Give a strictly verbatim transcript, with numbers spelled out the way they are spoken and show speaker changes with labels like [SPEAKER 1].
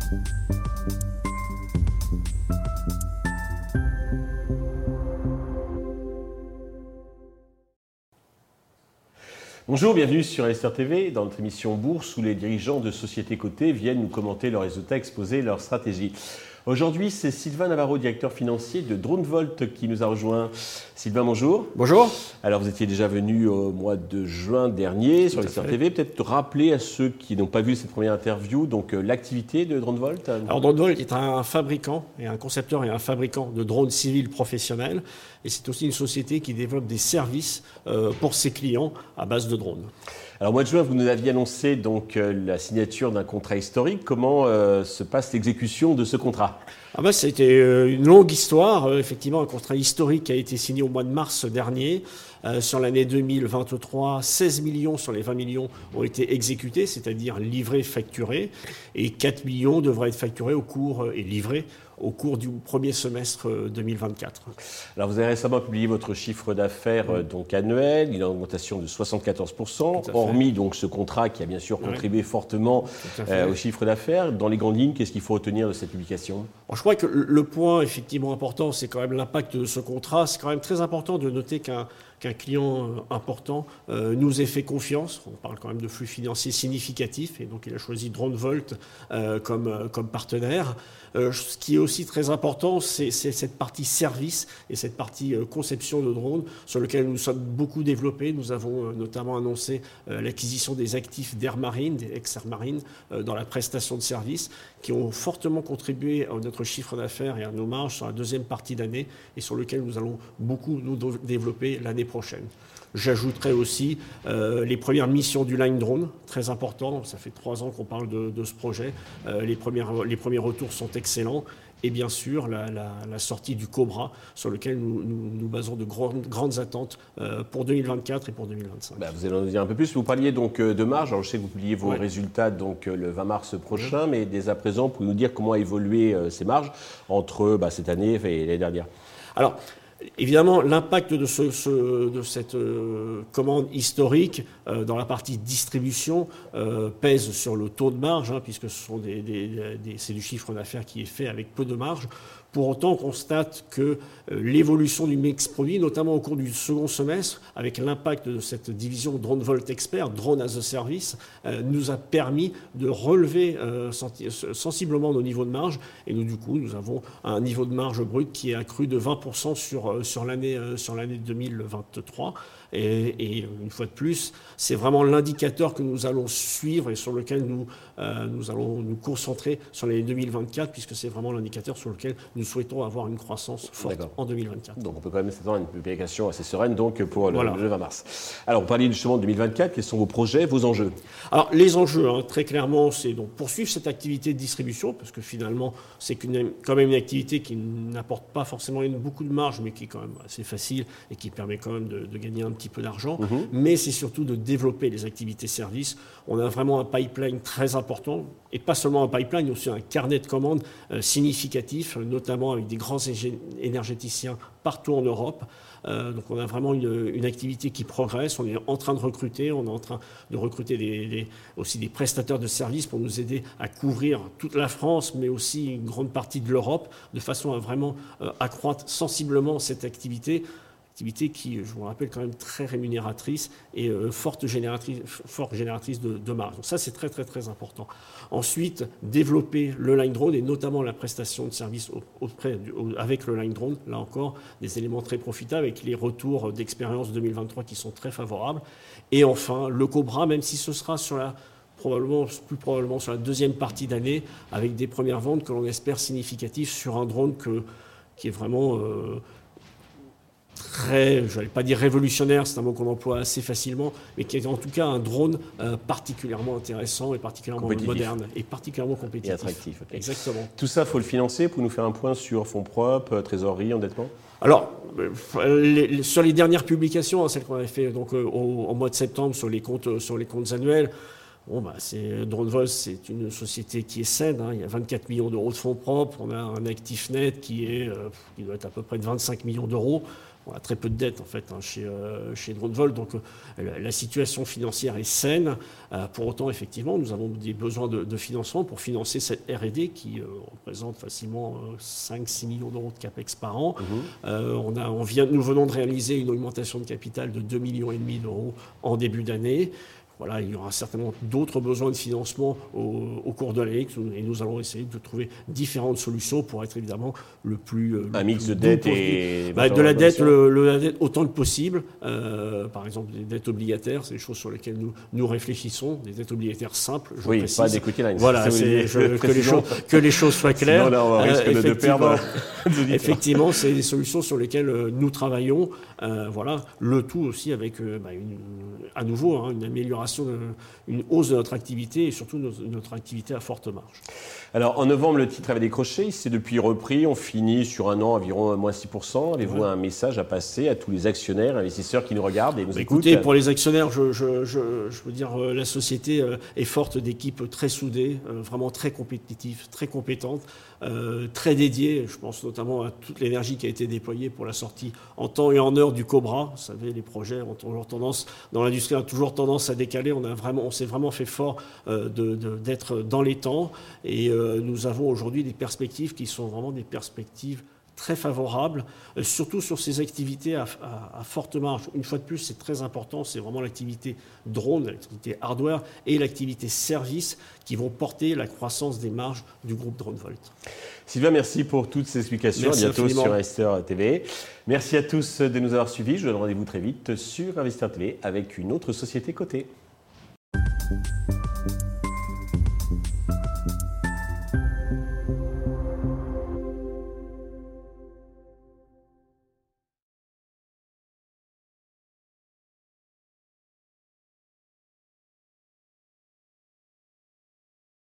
[SPEAKER 1] Bonjour, bienvenue sur Investir T V, dans notre émission Bourse où les dirigeants de sociétés cotées viennent nous commenter leurs résultats, exposer leurs stratégies. Aujourd'hui, c'est Sylvain Navarro, directeur financier de DroneVolt, qui nous a rejoint. Sylvain, bonjour.
[SPEAKER 2] Bonjour.
[SPEAKER 1] Alors, vous étiez déjà venu au mois de juin dernier sur Investir T V. Peut-être rappeler à ceux qui n'ont pas vu cette première interview, donc euh, l'activité de DroneVolt.
[SPEAKER 2] Alors, DroneVolt est un fabricant, et un concepteur et un fabricant de drones civils professionnels. Et c'est aussi une société qui développe des services euh, pour ses clients à base de drones.
[SPEAKER 1] Alors, au mois de juin, vous nous aviez annoncé donc, euh, la signature d'un contrat historique. Comment euh, se passe l'exécution de ce contrat ?
[SPEAKER 2] Ah ben, c'était une longue histoire. Euh, effectivement, un contrat historique a été signé au mois de mars dernier. Euh, sur l'année deux mille vingt-trois, seize millions sur les vingt millions ont été exécutés, c'est-à-dire livrés, facturés. Et quatre millions devraient être facturés au cours euh, et livrés au cours du premier semestre deux mille vingt-quatre.
[SPEAKER 1] Alors, vous avez récemment publié votre chiffre d'affaires
[SPEAKER 2] mmh.
[SPEAKER 1] donc annuel. Il a une augmentation de soixante-quatorze pour cent, hormis donc ce contrat qui a bien sûr contribué oui. fortement euh, au chiffre d'affaires. Dans les grandes lignes, qu'est-ce qu'il faut retenir de cette publication ?
[SPEAKER 2] Bon, je crois que le point effectivement important, c'est quand même l'impact de ce contrat. C'est quand même très important de noter qu'un qu'un client important euh, nous ait fait confiance. On parle quand même de flux financiers significatifs et donc il a choisi DroneVolt euh, comme, euh, comme partenaire. Euh, ce qui est aussi très important, c'est, c'est cette partie service et cette partie euh, conception de drones sur lequel nous sommes beaucoup développés. Nous avons euh, notamment annoncé euh, l'acquisition des actifs d'Air Marine, des ex-Air Marine, euh, dans la prestation de services qui ont fortement contribué à notre chiffre d'affaires et à nos marges sur la deuxième partie d'année et sur lequel nous allons beaucoup nous développer l'année prochaine. J'ajouterai aussi euh, les premières missions du Line Drone, très important. Ça fait trois ans qu'on parle de, de ce projet. Euh, les, premières, les premiers retours sont excellents. Et bien sûr, la, la, la sortie du Cobra, sur lequel nous nous, nous basons de grandes, grandes attentes euh, pour deux mille vingt-quatre et pour deux mille vingt-cinq.
[SPEAKER 1] Bah, vous allez nous dire un peu plus. Vous parliez donc de marge. Alors, je sais que vous publiez vos ouais. résultats donc, le vingt mars prochain, ouais. mais dès à présent, vous pouvez nous dire comment a évolué euh, ces marges entre bah, cette année et l'année dernière.
[SPEAKER 2] Alors, évidemment, l'impact de, ce, ce, de cette euh, commande historique euh, dans la partie distribution euh, pèse sur le taux de marge, hein, puisque ce sont des, des, des, c'est du chiffre d'affaires qui est fait avec peu de marge. Pour autant, on constate que euh, l'évolution du mix produit, notamment au cours du second semestre, avec l'impact de cette division DroneVolt Expert, Drone as a Service, euh, nous a permis de relever euh, sensiblement nos niveaux de marge. Et nous, du coup, nous avons un niveau de marge brut qui est accru de vingt pour cent sur, euh, sur, l'année, euh, sur l'année deux mille vingt-trois. Et, et une fois de plus, c'est vraiment l'indicateur que nous allons suivre et sur lequel nous, euh, nous allons nous concentrer sur l'année deux mille vingt-quatre, puisque c'est vraiment l'indicateur sur lequel nous souhaitons avoir une croissance forte D'accord. en deux mille vingt-quatre.
[SPEAKER 1] Donc on peut quand même s'attendre à une publication assez sereine donc pour le,
[SPEAKER 2] voilà.
[SPEAKER 1] le vingt mars. Alors, vous parliez justement de deux mille vingt-quatre. Quels sont vos projets, vos enjeux ?
[SPEAKER 2] Alors, les enjeux, hein, très clairement, c'est donc poursuivre cette activité de distribution, parce que finalement, c'est qu'une, quand même une activité qui n'apporte pas forcément une, beaucoup de marge, mais qui est quand même assez facile et qui permet quand même de, de gagner un petit peu d'argent. Mmh. Mais c'est surtout de développer les activités services. On a vraiment un pipeline très important, et pas seulement un pipeline, mais aussi un carnet de commandes euh, significatif, notamment avec des grands énergéticiens partout en Europe. Euh, donc on a vraiment une, une activité qui progresse, on est en train de recruter, on est en train de recruter des, des, aussi des prestataires de services pour nous aider à couvrir toute la France, mais aussi une grande partie de l'Europe, de façon à vraiment euh, accroître sensiblement cette activité. Activité qui, je vous rappelle, quand même très rémunératrice et euh, forte génératrice, forte génératrice de, de marge. Donc ça, c'est très, très, très important. Ensuite, développer le Line Drone et notamment la prestation de services auprès du, avec le Line Drone. Là encore, des éléments très profitables avec les retours d'expérience deux mille vingt-trois qui sont très favorables. Et enfin, le Cobra, même si ce sera sur la probablement, plus probablement sur la deuxième partie d'année, avec des premières ventes que l'on espère significatives sur un drone que, qui est vraiment... Euh, très, je n'allais pas dire révolutionnaire, c'est un mot qu'on emploie assez facilement, mais qui est en tout cas un drone euh, particulièrement intéressant et particulièrement moderne et particulièrement compétitif.
[SPEAKER 1] Et attractif. Okay.
[SPEAKER 2] Exactement.
[SPEAKER 1] Tout ça, il faut le financer. Pour nous faire un point sur fonds propres, trésorerie, endettement ?
[SPEAKER 2] Alors, les, les, sur les dernières publications, hein, celles qu'on avait fait donc, euh, au, au mois de septembre sur les comptes, sur les comptes annuels, Bon, bah, c'est, DroneVolt, c'est une société qui est saine. Hein. Il y a vingt-quatre millions d'euros de fonds propres. On a un actif net qui, est, euh, qui doit être à peu près de vingt-cinq millions d'euros. on a très peu de dettes en fait hein, chez, euh, chez DroneVolt, donc euh, la situation financière est saine. Euh, pour autant, effectivement, nous avons des besoins de, de financement pour financer cette R et D qui euh, représente facilement euh, cinq à six millions d'euros de capex par an. Mmh. Euh, on a, on vient, nous venons de réaliser une augmentation de capital de deux virgule cinq millions d'euros en début d'année. Voilà, il y aura certainement d'autres besoins de financement au, au cours de l'année et nous allons essayer de trouver différentes solutions pour être évidemment le plus... Le
[SPEAKER 1] un mix
[SPEAKER 2] plus
[SPEAKER 1] de dette et...
[SPEAKER 2] Bah, de la dette, le, le, la dette autant que possible. Euh, par exemple, des dettes obligataires, c'est des choses sur lesquelles nous, nous réfléchissons, des dettes obligataires simples, je
[SPEAKER 1] oui,
[SPEAKER 2] précise.
[SPEAKER 1] Pas d'equity line.
[SPEAKER 2] Voilà, c'est, je, que, les choses, que les choses soient claires.
[SPEAKER 1] Sinon, là, on risque euh, de perdre.
[SPEAKER 2] Effectivement, c'est des solutions sur lesquelles nous travaillons. Euh, voilà, le tout aussi avec, euh, bah, une, à nouveau, hein, une amélioration, de, une hausse de notre activité et surtout notre, notre activité à forte marge.
[SPEAKER 1] Alors, en novembre, le titre avait décroché, il s'est depuis repris, on finit sur un an environ moins six pour cent. Avez-vous ouais. un message à passer à tous les actionnaires, investisseurs qui nous regardent et nous
[SPEAKER 2] bah,
[SPEAKER 1] écoutent?
[SPEAKER 2] Écoutez, pour les actionnaires, je, je, je, je veux dire, la société est forte d'équipes très soudées, vraiment très compétitives, très compétentes, euh, très dédiées. Je pense notamment à toute l'énergie qui a été déployée pour la sortie en temps et en heure du Cobra. Vous savez, les projets ont toujours tendance, dans l'industrie, ont toujours tendance à décaler. On a vraiment, on s'est vraiment fait fort euh, de, de, d'être dans les temps et euh, nous avons aujourd'hui des perspectives qui sont vraiment des perspectives très favorables, euh, surtout sur ces activités à, à, à forte marge. Une fois de plus, c'est très important, c'est vraiment l'activité drone, l'activité hardware et l'activité service qui vont porter la croissance des marges du groupe DroneVolt.
[SPEAKER 1] Sylvain, merci pour toutes ces explications.
[SPEAKER 2] Merci
[SPEAKER 1] à bientôt
[SPEAKER 2] infiniment.
[SPEAKER 1] Sur Investor T V. Merci à tous de nous avoir suivis. Je vous donne rendez-vous très vite sur Investor T V avec une autre société cotée.